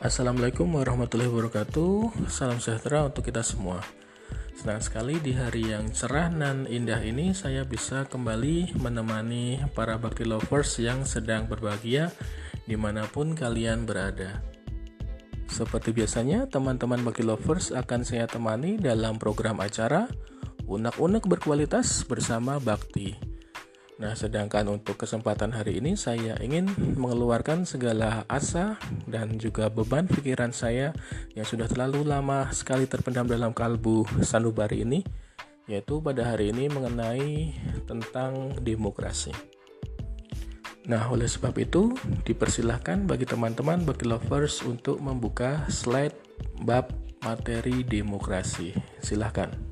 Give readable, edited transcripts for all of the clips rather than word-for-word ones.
Assalamualaikum warahmatullahi wabarakatuh. Salam sejahtera untuk kita semua. Senang sekali di hari yang cerah dan indah ini saya bisa kembali menemani para bakti lovers yang sedang berbahagia dimanapun kalian berada. Seperti biasanya, teman-teman bakti lovers akan saya temani dalam program acara Unek-unek berkualitas bersama Bakti. Nah, sedangkan untuk kesempatan hari ini saya ingin mengeluarkan segala asa dan juga beban pikiran saya yang sudah terlalu lama sekali terpendam dalam kalbu sanubari ini, yaitu pada hari ini mengenai tentang demokrasi. Nah, oleh sebab itu dipersilahkan bagi teman-teman bagi lovers untuk membuka slide bab materi demokrasi. Silahkan.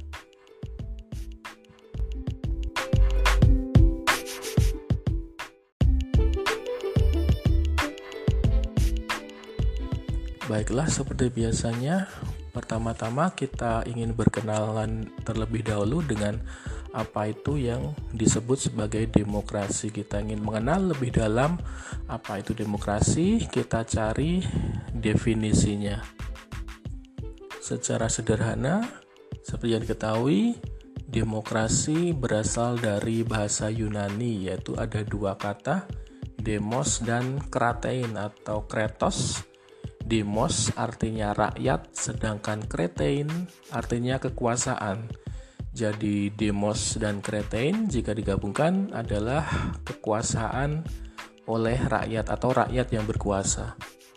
Baiklah, seperti biasanya, pertama-tama kita ingin berkenalan terlebih dahulu dengan apa itu yang disebut sebagai demokrasi. Kita ingin mengenal lebih dalam apa itu demokrasi, kita cari definisinya. Secara sederhana, seperti yang diketahui, demokrasi berasal dari bahasa Yunani, yaitu ada dua kata, demos dan kratein atau kretos. Demos artinya rakyat, sedangkan kretein artinya kekuasaan. Jadi demos dan kretein jika digabungkan adalah kekuasaan oleh rakyat atau rakyat yang berkuasa.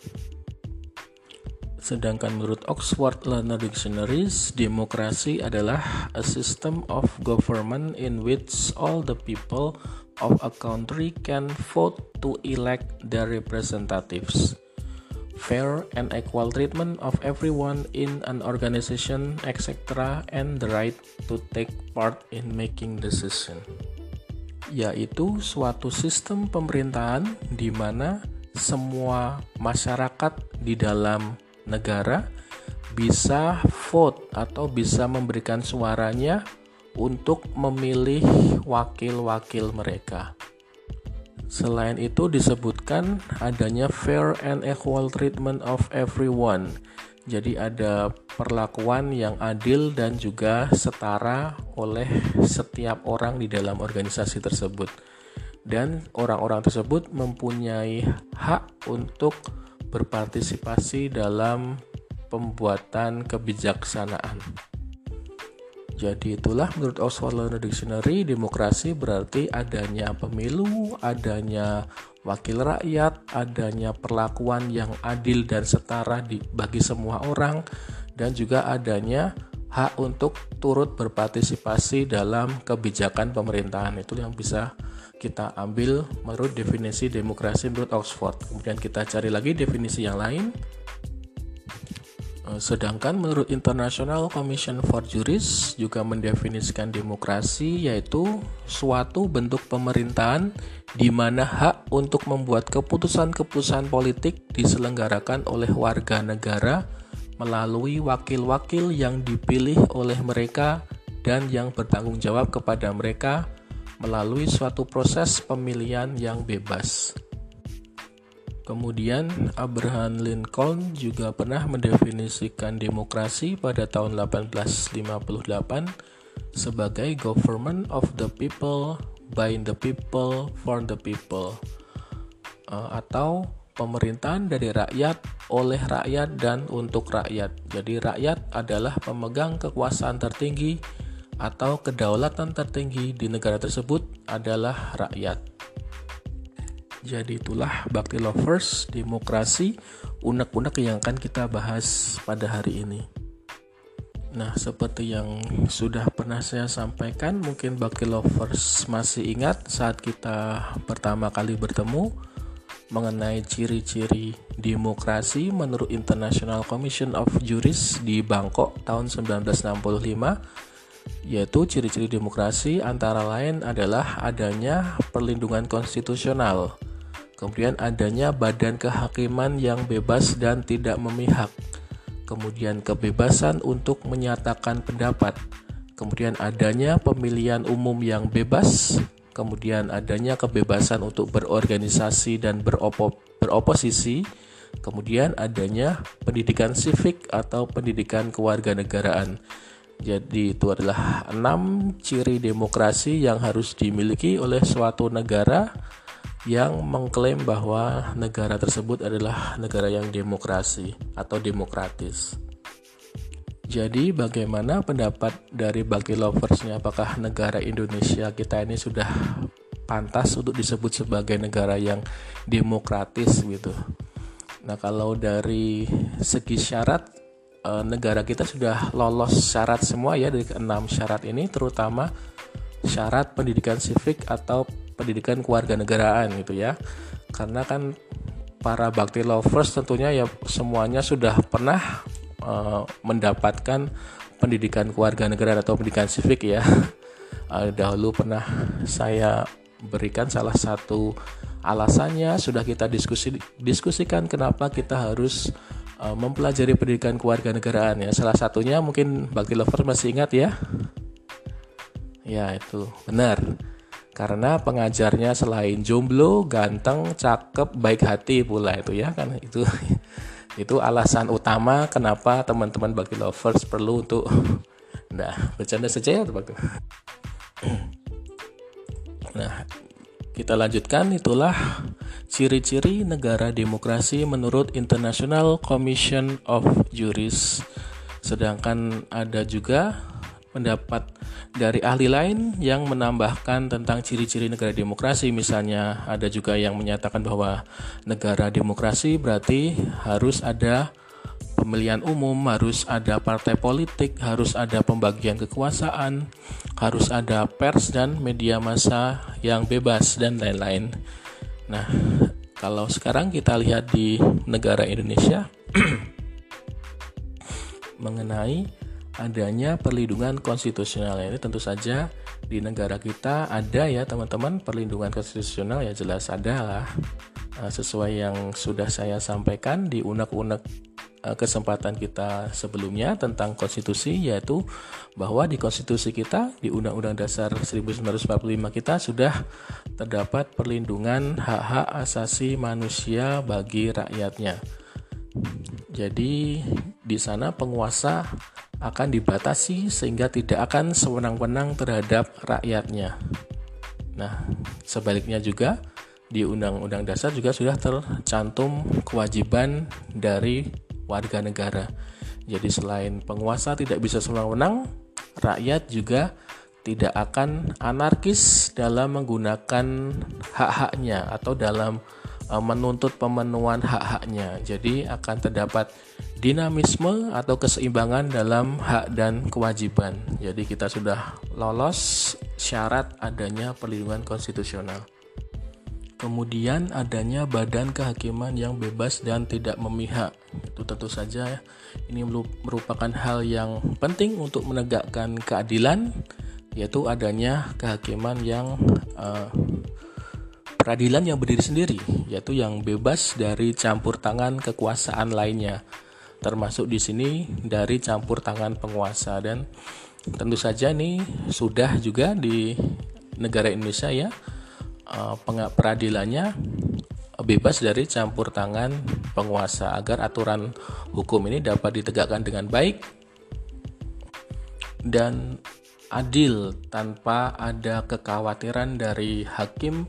Sedangkan menurut Oxford Learner Dictionaries, demokrasi adalah a system of government in which all the people of a country can vote to elect their representatives. Fair and equal treatment of everyone in an organization, etc., and the right to take part in making decision. Yaitu suatu sistem pemerintahan di mana semua masyarakat di dalam negara bisa vote atau bisa memberikan suaranya untuk memilih wakil-wakil mereka. Selain itu disebutkan adanya fair and equal treatment of everyone. Jadi ada perlakuan yang adil dan juga setara oleh setiap orang di dalam organisasi tersebut. Dan orang-orang tersebut mempunyai hak untuk berpartisipasi dalam pembuatan kebijaksanaan. Jadi itulah menurut Oxford Learner Dictionary, demokrasi berarti adanya pemilu, adanya wakil rakyat, adanya perlakuan yang adil dan setara bagi semua orang, dan juga adanya hak untuk turut berpartisipasi dalam kebijakan pemerintahan. Itu yang bisa kita ambil menurut definisi demokrasi menurut Oxford. Kemudian kita cari lagi definisi yang lain. Sedangkan menurut International Commission for Jurists juga mendefinisikan demokrasi yaitu suatu bentuk pemerintahan di mana hak untuk membuat keputusan-keputusan politik diselenggarakan oleh warga negara melalui wakil-wakil yang dipilih oleh mereka dan yang bertanggung jawab kepada mereka melalui suatu proses pemilihan yang bebas. Kemudian Abraham Lincoln juga pernah mendefinisikan demokrasi pada tahun 1858 sebagai government of the people, by the people, for the people, atau pemerintahan dari rakyat, oleh rakyat, dan untuk rakyat. Jadi rakyat adalah pemegang kekuasaan tertinggi atau kedaulatan tertinggi di negara tersebut adalah rakyat. Jadi itulah Bakti Lovers, demokrasi, unek-unek yang akan kita bahas pada hari ini. Nah, seperti yang sudah pernah saya sampaikan, mungkin Bakti Lovers masih ingat saat kita pertama kali bertemu mengenai ciri-ciri demokrasi menurut International Commission of Jurists di Bangkok tahun 1965. Yaitu ciri-ciri demokrasi antara lain adalah adanya perlindungan konstitusional, kemudian adanya badan kehakiman yang bebas dan tidak memihak, kemudian kebebasan untuk menyatakan pendapat, kemudian adanya pemilihan umum yang bebas, kemudian adanya kebebasan untuk berorganisasi dan beroposisi, Kemudian adanya pendidikan civic atau pendidikan kewarganegaraan. Jadi itu adalah 6 ciri demokrasi yang harus dimiliki oleh suatu negara yang mengklaim bahwa negara tersebut adalah negara yang demokrasi atau demokratis. Jadi bagaimana pendapat dari Bakti Loversnya, apakah negara Indonesia kita ini sudah pantas untuk disebut sebagai negara yang demokratis gitu? Nah, kalau dari segi syarat, negara kita sudah lolos syarat semua ya dari 6 syarat ini, terutama syarat pendidikan civic atau pendidikan kewarganegaraan gitu ya. Karena kan para Bakti Lovers tentunya ya semuanya sudah pernah mendapatkan pendidikan kewarganegaraan atau pendidikan civic ya. Dahulu pernah saya berikan salah satu alasannya, sudah kita diskusikan kenapa kita harus mempelajari pendidikan kewarganegaraan ya. Salah satunya mungkin Bakti Lovers masih ingat ya. Ya, itu benar. Karena pengajarnya selain jomblo, ganteng, cakep, baik hati pula itu ya kan. Itu alasan utama kenapa teman-teman Bakti Lovers perlu untuk bercanda saja ya Bakti. Nah, kita lanjutkan, itulah ciri-ciri negara demokrasi menurut International Commission of Jurists. Sedangkan ada juga pendapat dari ahli lain yang menambahkan tentang ciri-ciri negara demokrasi. Misalnya ada juga yang menyatakan bahwa negara demokrasi berarti harus ada pemilihan umum, harus ada partai politik, harus ada pembagian kekuasaan, harus ada pers dan media massa yang bebas dan lain-lain. Nah, kalau sekarang kita lihat di negara Indonesia mengenai adanya perlindungan konstitusional. Ini tentu saja di negara kita ada ya teman-teman, perlindungan konstitusional ya jelas ada lah. Sesuai yang sudah saya sampaikan di unek-unek kesempatan kita sebelumnya tentang konstitusi, yaitu bahwa di konstitusi kita, di Undang-Undang Dasar 1945 kita sudah terdapat perlindungan hak-hak asasi manusia bagi rakyatnya. Jadi di sana penguasa akan dibatasi sehingga tidak akan sewenang-wenang terhadap rakyatnya. Nah, sebaliknya juga di Undang-Undang Dasar juga sudah tercantum kewajiban dari warga negara. Jadi selain penguasa tidak bisa sewenang-wenang, rakyat juga tidak akan anarkis dalam menggunakan hak-haknya atau dalam menuntut pemenuhan hak-haknya. Jadi akan terdapat dinamisme atau keseimbangan dalam hak dan kewajiban. Jadi kita sudah lolos syarat adanya perlindungan konstitusional. Kemudian adanya badan kehakiman yang bebas dan tidak memihak. Itu tentu saja ini merupakan hal yang penting untuk menegakkan keadilan, yaitu adanya kehakiman yang peradilan yang berdiri sendiri, yaitu yang bebas dari campur tangan kekuasaan lainnya, termasuk di sini dari campur tangan penguasa. Dan tentu saja ini sudah juga di negara Indonesia ya, peradilannya bebas dari campur tangan penguasa agar aturan hukum ini dapat ditegakkan dengan baik dan adil tanpa ada kekhawatiran dari hakim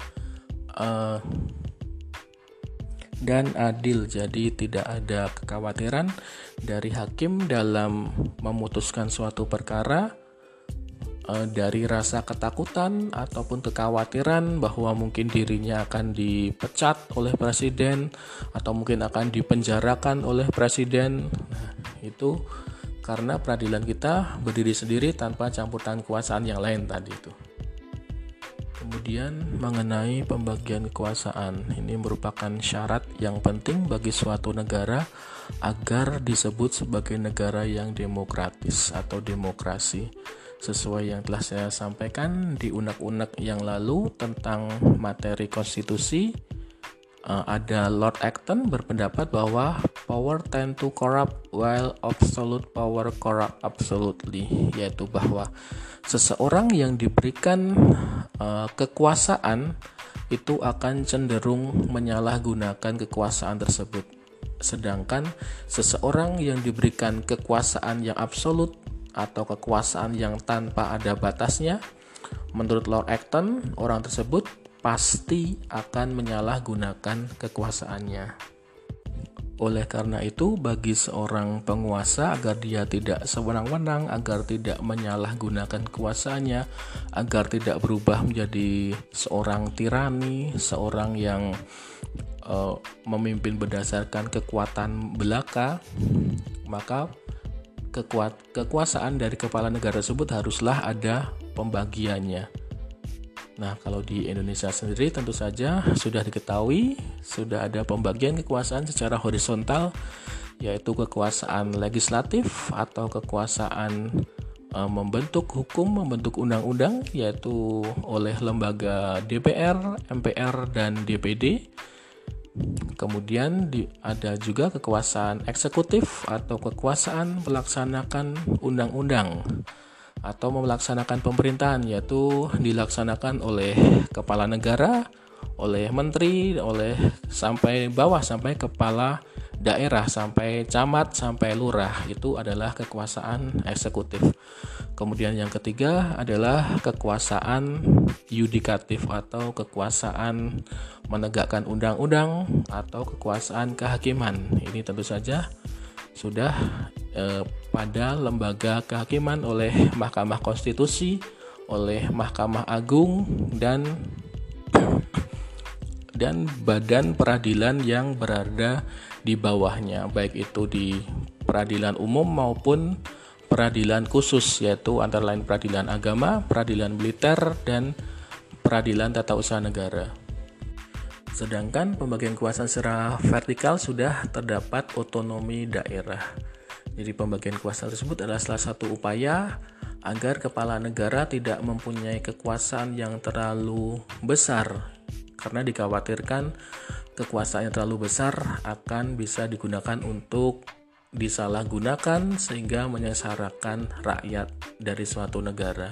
dan adil. Jadi tidak ada kekhawatiran dari hakim dalam memutuskan suatu perkara dari rasa ketakutan ataupun kekhawatiran bahwa mungkin dirinya akan dipecat oleh presiden atau mungkin akan dipenjarakan oleh presiden. Nah, itu karena peradilan kita berdiri sendiri tanpa campur tangan kekuasaan yang lain tadi itu. Kemudian mengenai pembagian kekuasaan, ini merupakan syarat yang penting bagi suatu negara agar disebut sebagai negara yang demokratis atau demokrasi. Sesuai yang telah saya sampaikan di unek-unek yang lalu tentang materi konstitusi, ada Lord Acton berpendapat bahwa power tend to corrupt while absolute power corrupt absolutely, yaitu bahwa seseorang yang diberikan kekuasaan itu akan cenderung menyalahgunakan kekuasaan tersebut. Sedangkan seseorang yang diberikan kekuasaan yang absolut atau kekuasaan yang tanpa ada batasnya, menurut Lord Acton, orang tersebut pasti akan menyalahgunakan kekuasaannya. Oleh karena itu, bagi seorang penguasa agar dia tidak sewenang-wenang, agar tidak menyalahgunakan kekuasaannya, agar tidak berubah menjadi seorang tirani, seorang yang memimpin berdasarkan kekuatan belaka, maka kekuasaan dari kepala negara tersebut haruslah ada pembagiannya. Nah, kalau di Indonesia sendiri tentu saja sudah diketahui, sudah ada pembagian kekuasaan secara horizontal, yaitu kekuasaan legislatif atau kekuasaan membentuk hukum, membentuk undang-undang, yaitu oleh lembaga DPR, MPR, dan DPD. Kemudian ada juga kekuasaan eksekutif atau kekuasaan melaksanakan undang-undang atau melaksanakan pemerintahan, yaitu dilaksanakan oleh kepala negara, oleh menteri, oleh sampai bawah, sampai kepala daerah, sampai camat, sampai lurah. Itu adalah kekuasaan eksekutif. Kemudian yang ketiga adalah kekuasaan yudikatif atau kekuasaan menegakkan undang-undang atau kekuasaan kehakiman. Ini tentu saja sudah pada lembaga kehakiman oleh Mahkamah Konstitusi, oleh Mahkamah Agung, dan badan peradilan yang berada di bawahnya, baik itu di peradilan umum maupun peradilan khusus, yaitu antara lain peradilan agama, peradilan militer, dan peradilan tata usaha negara. Sedangkan pembagian kekuasaan secara vertikal sudah terdapat otonomi daerah. Jadi pembagian kekuasaan tersebut adalah salah satu upaya agar kepala negara tidak mempunyai kekuasaan yang terlalu besar, karena dikhawatirkan kekuasaan yang terlalu besar akan bisa digunakan untuk disalahgunakan sehingga menyengsarakan rakyat dari suatu negara.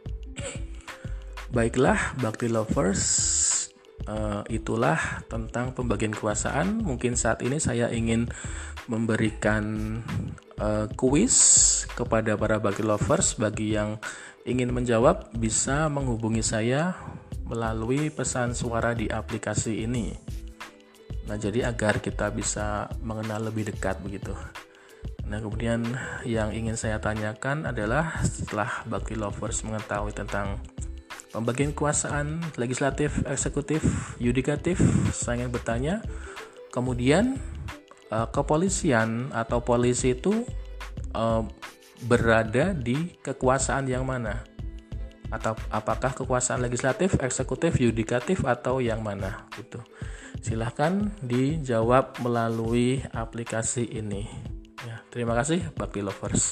Baiklah, Bakti Lovers, itulah tentang pembagian kekuasaan. Mungkin saat ini saya ingin memberikan kuis kepada para Bakti Lovers. Bagi yang ingin menjawab bisa menghubungi saya melalui pesan suara di aplikasi ini. Nah, jadi agar kita bisa mengenal lebih dekat begitu. Nah, kemudian yang ingin saya tanyakan adalah setelah Bakti Lovers mengetahui tentang pembagian kekuasaan legislatif, eksekutif, yudikatif, saya ingin bertanya, kemudian kepolisian atau polisi itu berada di kekuasaan yang mana? Atau apakah kekuasaan legislatif, eksekutif, yudikatif, atau yang mana? Gitu. Silahkan dijawab melalui aplikasi ini. Ya, terima kasih Bakti Lovers.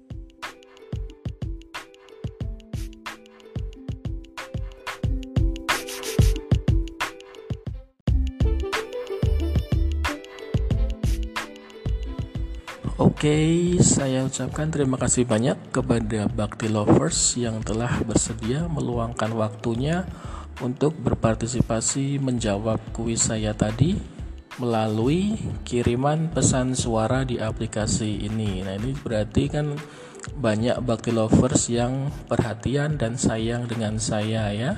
Oke, saya ucapkan terima kasih banyak kepada Bakti Lovers yang telah bersedia meluangkan waktunya untuk berpartisipasi menjawab kuis saya tadi melalui kiriman pesan suara di aplikasi ini. Nah, ini berarti kan banyak Bakti Lovers yang perhatian dan sayang dengan saya ya.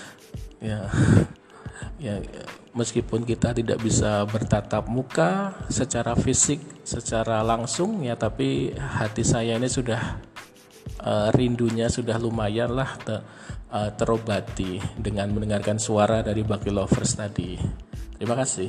Ya, meskipun kita tidak bisa bertatap muka secara fisik, secara langsung ya, tapi hati saya ini sudah rindunya sudah lumayan lah terobati dengan mendengarkan suara dari Bakti Lovers tadi. Terima kasih.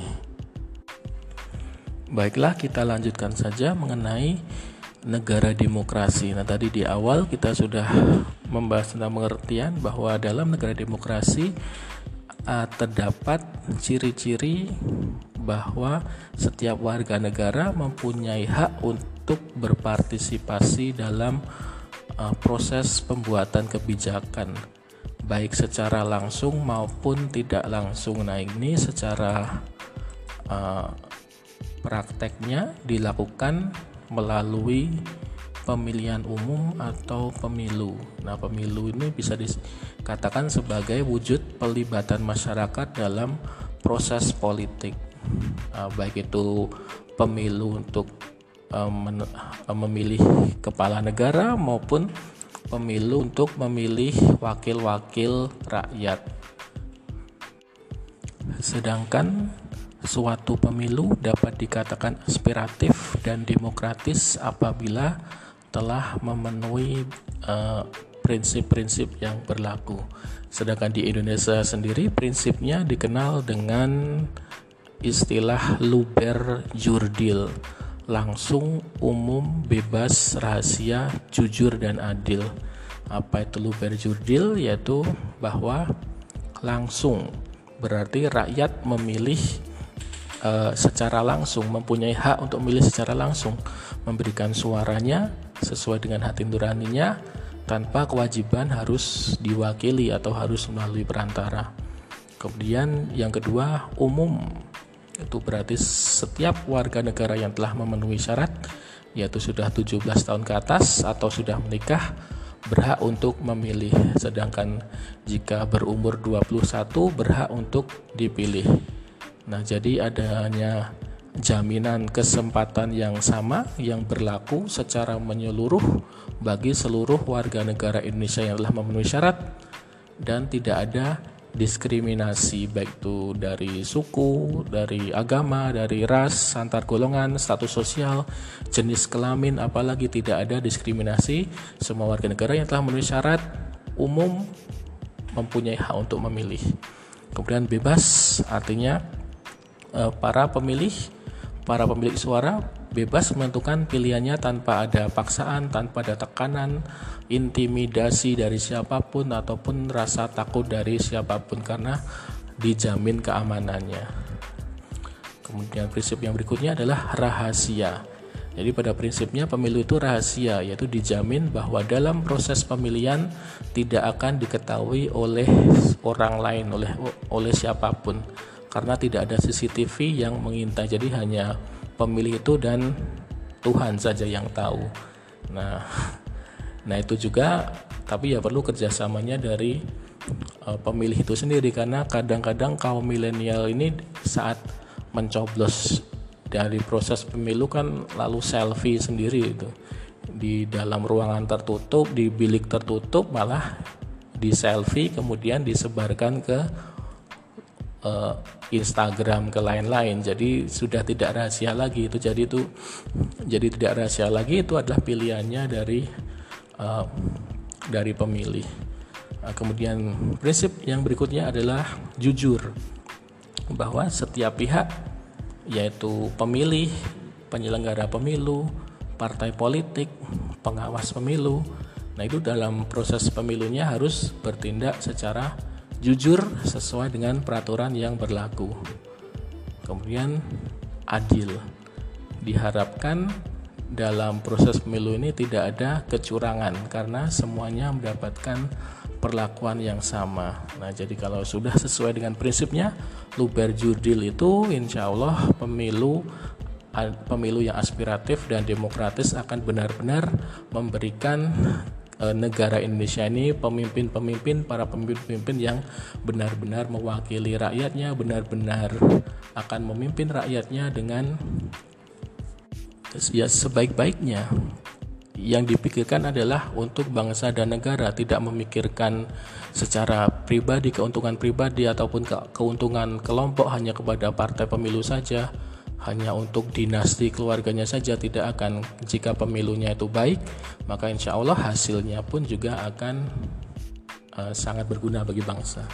Baiklah, kita lanjutkan saja mengenai negara demokrasi. Nah, tadi di awal kita sudah membahas tentang pengertian bahwa dalam negara demokrasi terdapat ciri-ciri bahwa setiap warga negara mempunyai hak untuk berpartisipasi dalam proses pembuatan kebijakan, baik secara langsung maupun tidak langsung. Nah, ini secara prakteknya dilakukan melalui pemilihan umum atau pemilu. Nah, pemilu ini bisa dikatakan sebagai wujud pelibatan masyarakat dalam proses politik. baik itu pemilu untuk memilih kepala negara maupun pemilu untuk memilih wakil-wakil rakyat. Sedangkan suatu pemilu dapat dikatakan aspiratif dan demokratis apabila telah memenuhi prinsip-prinsip yang berlaku. Sedangkan di Indonesia sendiri prinsipnya dikenal dengan istilah luber jurdil, langsung, umum, bebas, rahasia, jujur, dan adil. Apa itu luber jurdil? Yaitu bahwa langsung, berarti rakyat memilih secara langsung, mempunyai hak untuk memilih secara langsung, memberikan suaranya sesuai dengan hati nuraninya tanpa kewajiban harus diwakili atau harus melalui perantara. Kemudian yang kedua, umum. Itu berarti setiap warga negara yang telah memenuhi syarat, yaitu sudah 17 tahun ke atas atau sudah menikah, berhak untuk memilih. Sedangkan jika berumur 21 berhak untuk dipilih. Nah, jadi adanya jaminan kesempatan yang sama yang berlaku secara menyeluruh bagi seluruh warga negara Indonesia yang telah memenuhi syarat, dan tidak ada diskriminasi baik itu dari suku, dari agama, dari ras, antar golongan, status sosial, jenis kelamin, apalagi tidak ada diskriminasi. Semua warga negara yang telah memenuhi syarat umum mempunyai hak untuk memilih. Kemudian bebas, artinya para pemilih suara bebas menentukan pilihannya tanpa ada paksaan, tanpa ada tekanan, intimidasi dari siapapun ataupun rasa takut dari siapapun, karena dijamin keamanannya. Kemudian prinsip yang berikutnya adalah rahasia. Jadi pada prinsipnya pemilu itu rahasia, yaitu dijamin bahwa dalam proses pemilihan tidak akan diketahui oleh orang lain, oleh siapapun, karena tidak ada CCTV yang mengintai. Jadi hanya pemilih itu dan Tuhan saja yang tahu. Nah itu juga, tapi ya perlu kerjasamanya dari pemilih itu sendiri, karena kadang-kadang kaum milenial ini saat mencoblos dari proses pemilu kan lalu selfie sendiri itu di dalam ruangan tertutup, di bilik tertutup, malah di selfie kemudian disebarkan ke Instagram, ke lain-lain. Jadi sudah tidak rahasia lagi itu. Jadi tidak rahasia lagi, itu adalah pilihannya dari pemilih. Kemudian prinsip yang berikutnya adalah jujur, bahwa setiap pihak, yaitu pemilih, penyelenggara pemilu, partai politik, pengawas pemilu, nah itu dalam proses pemilunya harus bertindak secara jujur sesuai dengan peraturan yang berlaku. Kemudian adil. Diharapkan dalam proses pemilu ini tidak ada kecurangan karena semuanya mendapatkan perlakuan yang sama. Nah, jadi kalau sudah sesuai dengan prinsipnya luber jurdil itu, insya Allah pemilu yang aspiratif dan demokratis akan benar-benar memberikan negara Indonesia ini para pemimpin yang benar-benar mewakili rakyatnya, benar-benar akan memimpin rakyatnya dengan sebaik-baiknya. Yang dipikirkan adalah untuk bangsa dan negara, tidak memikirkan secara pribadi, keuntungan pribadi ataupun keuntungan kelompok hanya kepada partai pemilu saja, hanya untuk dinasti keluarganya saja. Tidak akan. Jika pemilunya itu baik, maka insya Allah hasilnya pun juga akan sangat berguna bagi bangsa.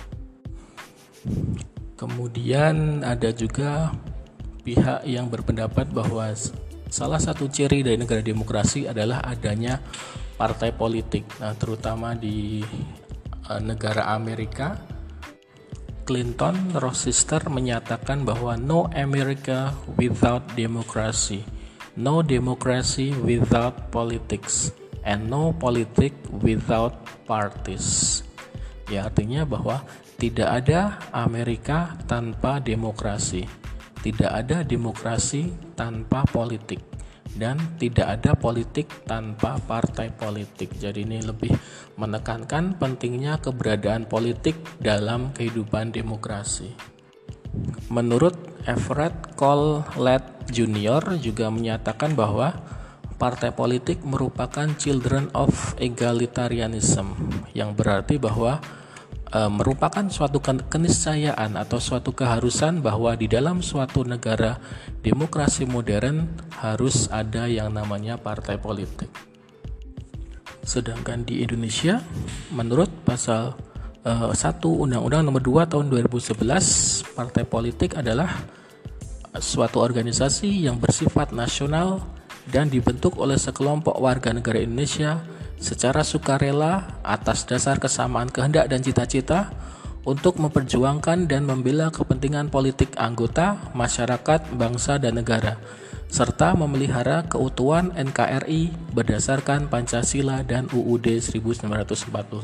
Kemudian ada juga pihak yang berpendapat bahwa salah satu ciri dari negara demokrasi adalah adanya partai politik. Nah, terutama di negara Amerika, Clinton Rochester menyatakan bahwa no America without democracy, no democracy without politics, and no politics without parties. Ya, artinya bahwa tidak ada Amerika tanpa demokrasi, tidak ada demokrasi tanpa politik, dan tidak ada politik tanpa partai politik. Jadi ini lebih menekankan pentingnya keberadaan politik dalam kehidupan demokrasi. Menurut Everett Colett Jr. juga menyatakan bahwa partai politik merupakan children of egalitarianism, yang berarti bahwa merupakan suatu keniscayaan atau suatu keharusan bahwa di dalam suatu negara demokrasi modern harus ada yang namanya partai politik. Sedangkan di Indonesia, menurut pasal 1 Undang-Undang Nomor 2 Tahun 2011, partai politik adalah suatu organisasi yang bersifat nasional dan dibentuk oleh sekelompok warga negara Indonesia secara sukarela atas dasar kesamaan kehendak dan cita-cita untuk memperjuangkan dan membela kepentingan politik anggota, masyarakat, bangsa, dan negara, serta memelihara keutuhan NKRI berdasarkan Pancasila dan UUD 1945.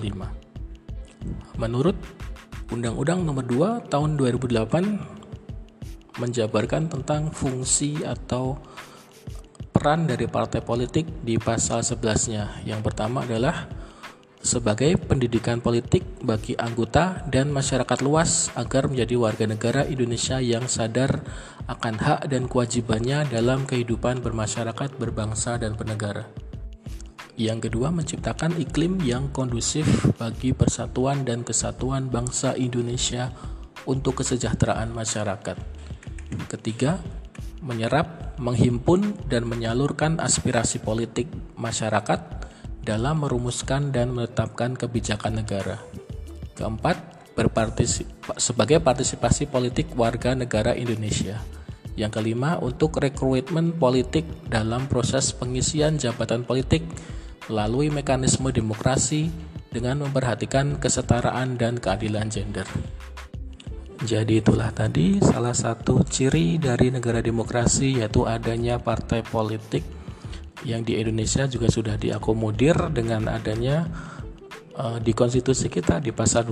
Menurut Undang-Undang Nomor 2 Tahun 2008 menjabarkan tentang fungsi atau peran dari partai politik di pasal 11-nya. Yang pertama adalah sebagai pendidikan politik bagi anggota dan masyarakat luas agar menjadi warga negara Indonesia yang sadar akan hak dan kewajibannya dalam kehidupan bermasyarakat, berbangsa, dan bernegara. Yang kedua, menciptakan iklim yang kondusif bagi persatuan dan kesatuan bangsa Indonesia untuk kesejahteraan masyarakat. Ketiga, menyerap, menghimpun, dan menyalurkan aspirasi politik masyarakat dalam merumuskan dan menetapkan kebijakan negara. Keempat, sebagai partisipasi politik warga negara Indonesia. Yang kelima, untuk rekrutmen politik dalam proses pengisian jabatan politik melalui mekanisme demokrasi dengan memperhatikan kesetaraan dan keadilan gender. Jadi itulah tadi salah satu ciri dari negara demokrasi, yaitu adanya partai politik yang di Indonesia juga sudah diakomodir dengan adanya di konstitusi kita di pasal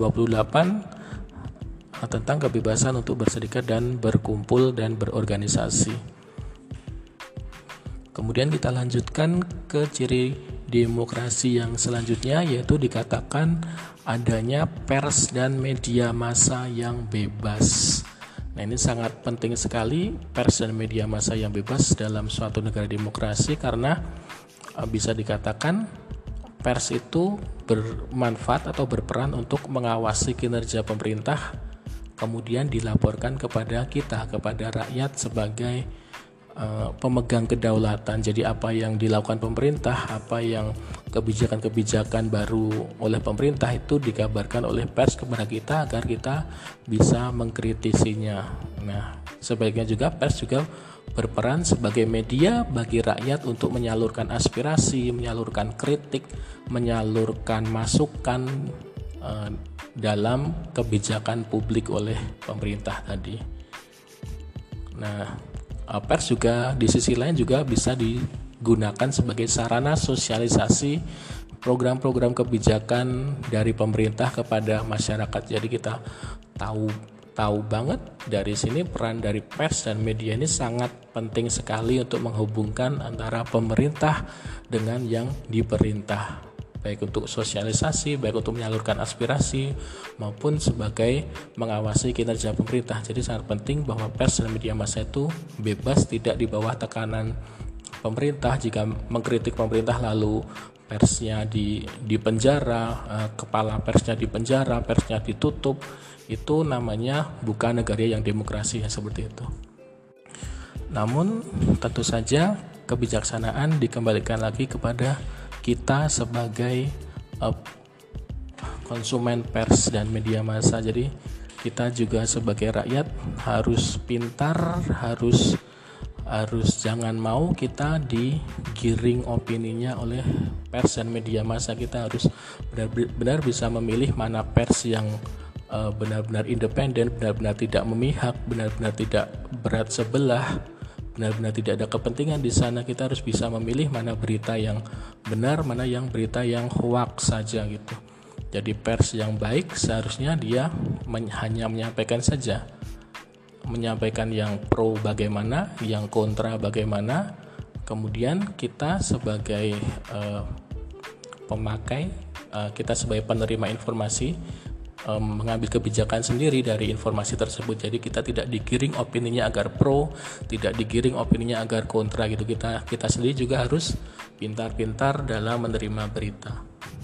28 tentang kebebasan untuk berserikat dan berkumpul dan berorganisasi. Kemudian kita lanjutkan ke ciri demokrasi yang selanjutnya, yaitu dikatakan adanya pers dan media massa yang bebas. Nah, ini sangat penting sekali, pers dan media massa yang bebas dalam suatu negara demokrasi, karena bisa dikatakan pers itu bermanfaat atau berperan untuk mengawasi kinerja pemerintah, kemudian dilaporkan kepada kita, kepada rakyat sebagai pemegang kedaulatan. Jadi apa yang dilakukan pemerintah, apa yang kebijakan-kebijakan baru oleh pemerintah itu dikabarkan oleh pers kepada kita agar kita bisa mengkritisinya. Nah, sebaiknya juga pers juga berperan sebagai media bagi rakyat untuk menyalurkan aspirasi, menyalurkan kritik, menyalurkan masukan dalam kebijakan publik oleh pemerintah tadi. Nah, pers juga di sisi lain juga bisa digunakan sebagai sarana sosialisasi program-program kebijakan dari pemerintah kepada masyarakat. Jadi kita tahu banget dari sini peran dari pers dan media ini sangat penting sekali untuk menghubungkan antara pemerintah dengan yang diperintah, baik untuk sosialisasi, baik untuk menyalurkan aspirasi, maupun sebagai mengawasi kinerja pemerintah. Jadi sangat penting bahwa pers dan media massa itu bebas, tidak di bawah tekanan pemerintah. Jika mengkritik pemerintah lalu persnya di penjara, kepala persnya di penjara, persnya ditutup, itu namanya bukan negara yang demokrasi, ya, seperti itu. Namun tentu saja kebijaksanaan dikembalikan lagi kepada kita sebagai konsumen pers dan media massa. Jadi kita juga sebagai rakyat harus pintar, harus jangan mau kita digiring opininya oleh pers dan media massa. Kita harus benar-benar bisa memilih mana pers yang benar-benar independen, benar-benar tidak memihak, benar-benar tidak berat sebelah, benar-benar tidak ada kepentingan di sana. Kita harus bisa memilih mana berita yang benar, mana yang berita yang hoax saja gitu. Jadi pers yang baik seharusnya dia hanya menyampaikan saja, menyampaikan yang pro bagaimana, yang kontra bagaimana. Kemudian kita sebagai pemakai, kita sebagai penerima informasi mengambil kebijakan sendiri dari informasi tersebut. Jadi kita tidak digiring opininya agar pro, tidak digiring opininya agar kontra gitu. Kita sendiri juga harus pintar-pintar dalam menerima berita.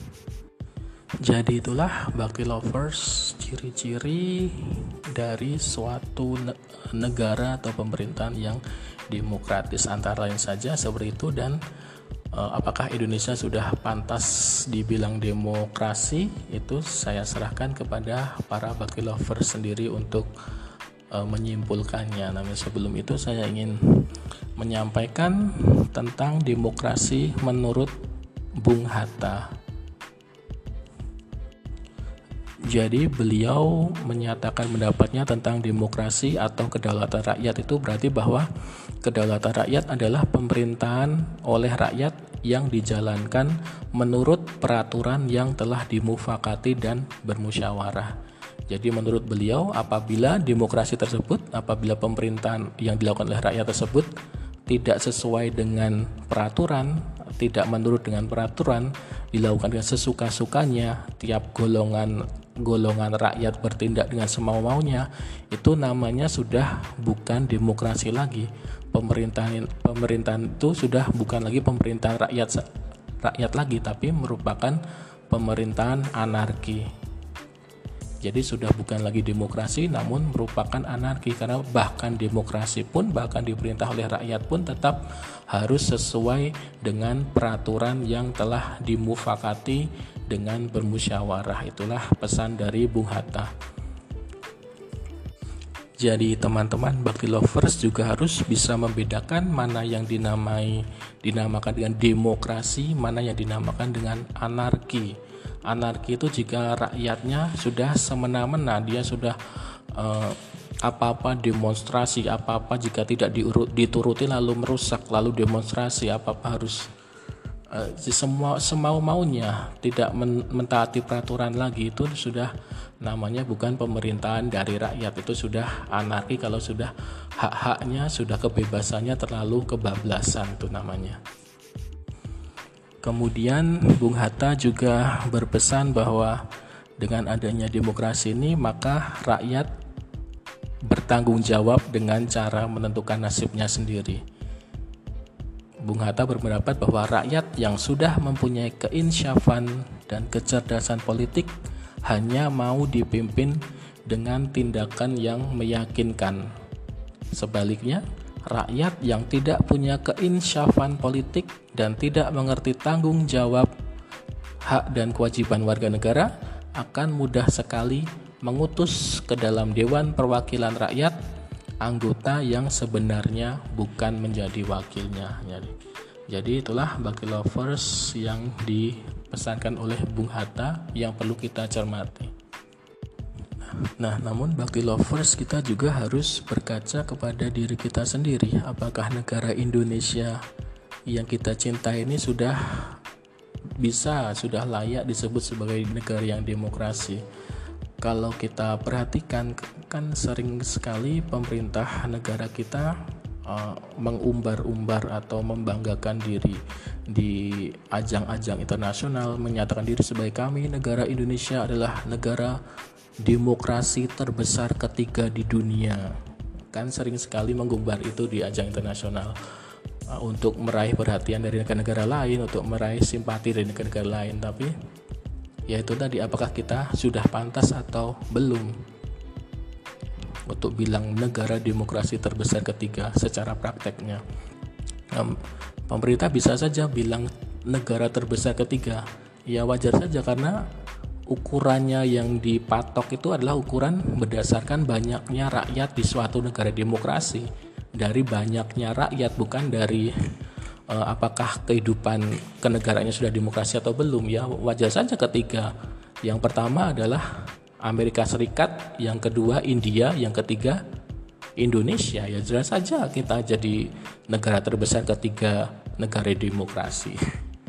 Jadi itulah Bakti Lovers, ciri-ciri dari suatu negara atau pemerintahan yang demokratis, antara lain saja seperti itu. Dan apakah Indonesia sudah pantas dibilang demokrasi, itu saya serahkan kepada para Bakti Lovers sendiri untuk menyimpulkannya. Namun sebelum itu saya ingin menyampaikan tentang demokrasi menurut Bung Hatta. Jadi beliau menyatakan pendapatnya tentang demokrasi atau kedaulatan rakyat. Itu berarti bahwa kedaulatan rakyat adalah pemerintahan oleh rakyat yang dijalankan menurut peraturan yang telah dimufakati dan bermusyawarah. Jadi menurut beliau, apabila demokrasi tersebut, apabila pemerintahan yang dilakukan oleh rakyat tersebut tidak sesuai dengan peraturan, tidak menurut dengan peraturan, dilakukan dengan sesuka-sukanya, tiap golongan rakyat bertindak dengan semau-maunya, itu namanya sudah bukan demokrasi lagi. Pemerintahan itu sudah bukan lagi pemerintahan rakyat lagi, tapi merupakan pemerintahan anarki. Jadi sudah bukan lagi demokrasi, namun merupakan anarki, karena bahkan demokrasi pun, bahkan diperintah oleh rakyat pun tetap harus sesuai dengan peraturan yang telah dimufakati dengan bermusyawarah. Itulah pesan dari Bung Hatta. Jadi teman-teman Bakti Lovers juga harus bisa membedakan mana yang dinamakan dengan demokrasi, mana yang dinamakan dengan anarki. Anarki itu jika rakyatnya sudah semena-mena, dia sudah apa-apa demonstrasi, apa-apa jika tidak dituruti lalu merusak, lalu demonstrasi, apa-apa harus semau-maunya, tidak mentaati peraturan lagi, itu sudah namanya bukan pemerintahan dari rakyat, itu sudah anarki. Kalau sudah hak-haknya, sudah kebebasannya terlalu kebablasan, itu namanya. Kemudian Bung Hatta juga berpesan bahwa dengan adanya demokrasi ini, maka rakyat bertanggung jawab dengan cara menentukan nasibnya sendiri. Bung Hatta berpendapat bahwa rakyat yang sudah mempunyai keinsyafan dan kecerdasan politik hanya mau dipimpin dengan tindakan yang meyakinkan. Sebaliknya, rakyat yang tidak punya keinsyafan politik dan tidak mengerti tanggung jawab hak dan kewajiban warga negara akan mudah sekali mengutus ke dalam Dewan Perwakilan Rakyat anggota yang sebenarnya bukan menjadi wakilnya. Jadi itulah Bakti Lovers yang dipesankan oleh Bung Hatta yang perlu kita cermati. Nah, namun Bakti Lovers, kita juga harus berkaca kepada diri kita sendiri. Apakah negara Indonesia yang kita cintai ini sudah layak disebut sebagai negara yang demokrasi? Kalau kita perhatikan, kan sering sekali pemerintah negara kita mengumbar-umbar atau membanggakan diri di ajang-ajang internasional, menyatakan diri sebagai kami negara Indonesia adalah negara demokrasi terbesar ketiga di dunia. Kan sering sekali mengumbar itu di ajang internasional untuk meraih perhatian dari negara-negara lain, untuk meraih simpati dari negara-negara lain. Tapi ya itu tadi, apakah kita sudah pantas atau belum untuk bilang negara demokrasi terbesar ketiga secara prakteknya? Pemerintah bisa saja bilang negara terbesar ketiga, ya wajar saja, karena ukurannya yang dipatok itu adalah ukuran berdasarkan banyaknya rakyat di suatu negara demokrasi. Dari banyaknya rakyat, bukan dari apakah kehidupan kenegaraannya sudah demokrasi atau belum. Ya wajar saja ketiga. Yang pertama adalah Amerika Serikat, yang kedua India, yang ketiga Indonesia. Ya jelas saja kita jadi negara terbesar ketiga negara demokrasi.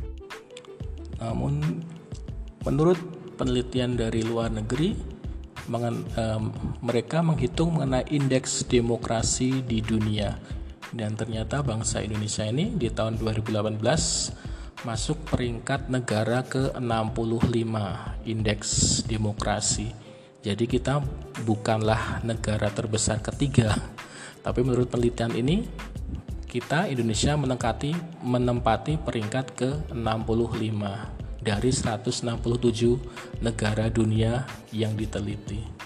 Namun menurut penelitian dari luar negeri, mereka menghitung mengenai indeks demokrasi di dunia. Dan ternyata bangsa Indonesia ini di tahun 2018 masuk peringkat negara ke-65 indeks demokrasi. Jadi kita bukanlah negara terbesar ketiga, tapi menurut penelitian ini kita Indonesia menempati peringkat ke-65 dari 167 negara dunia yang diteliti.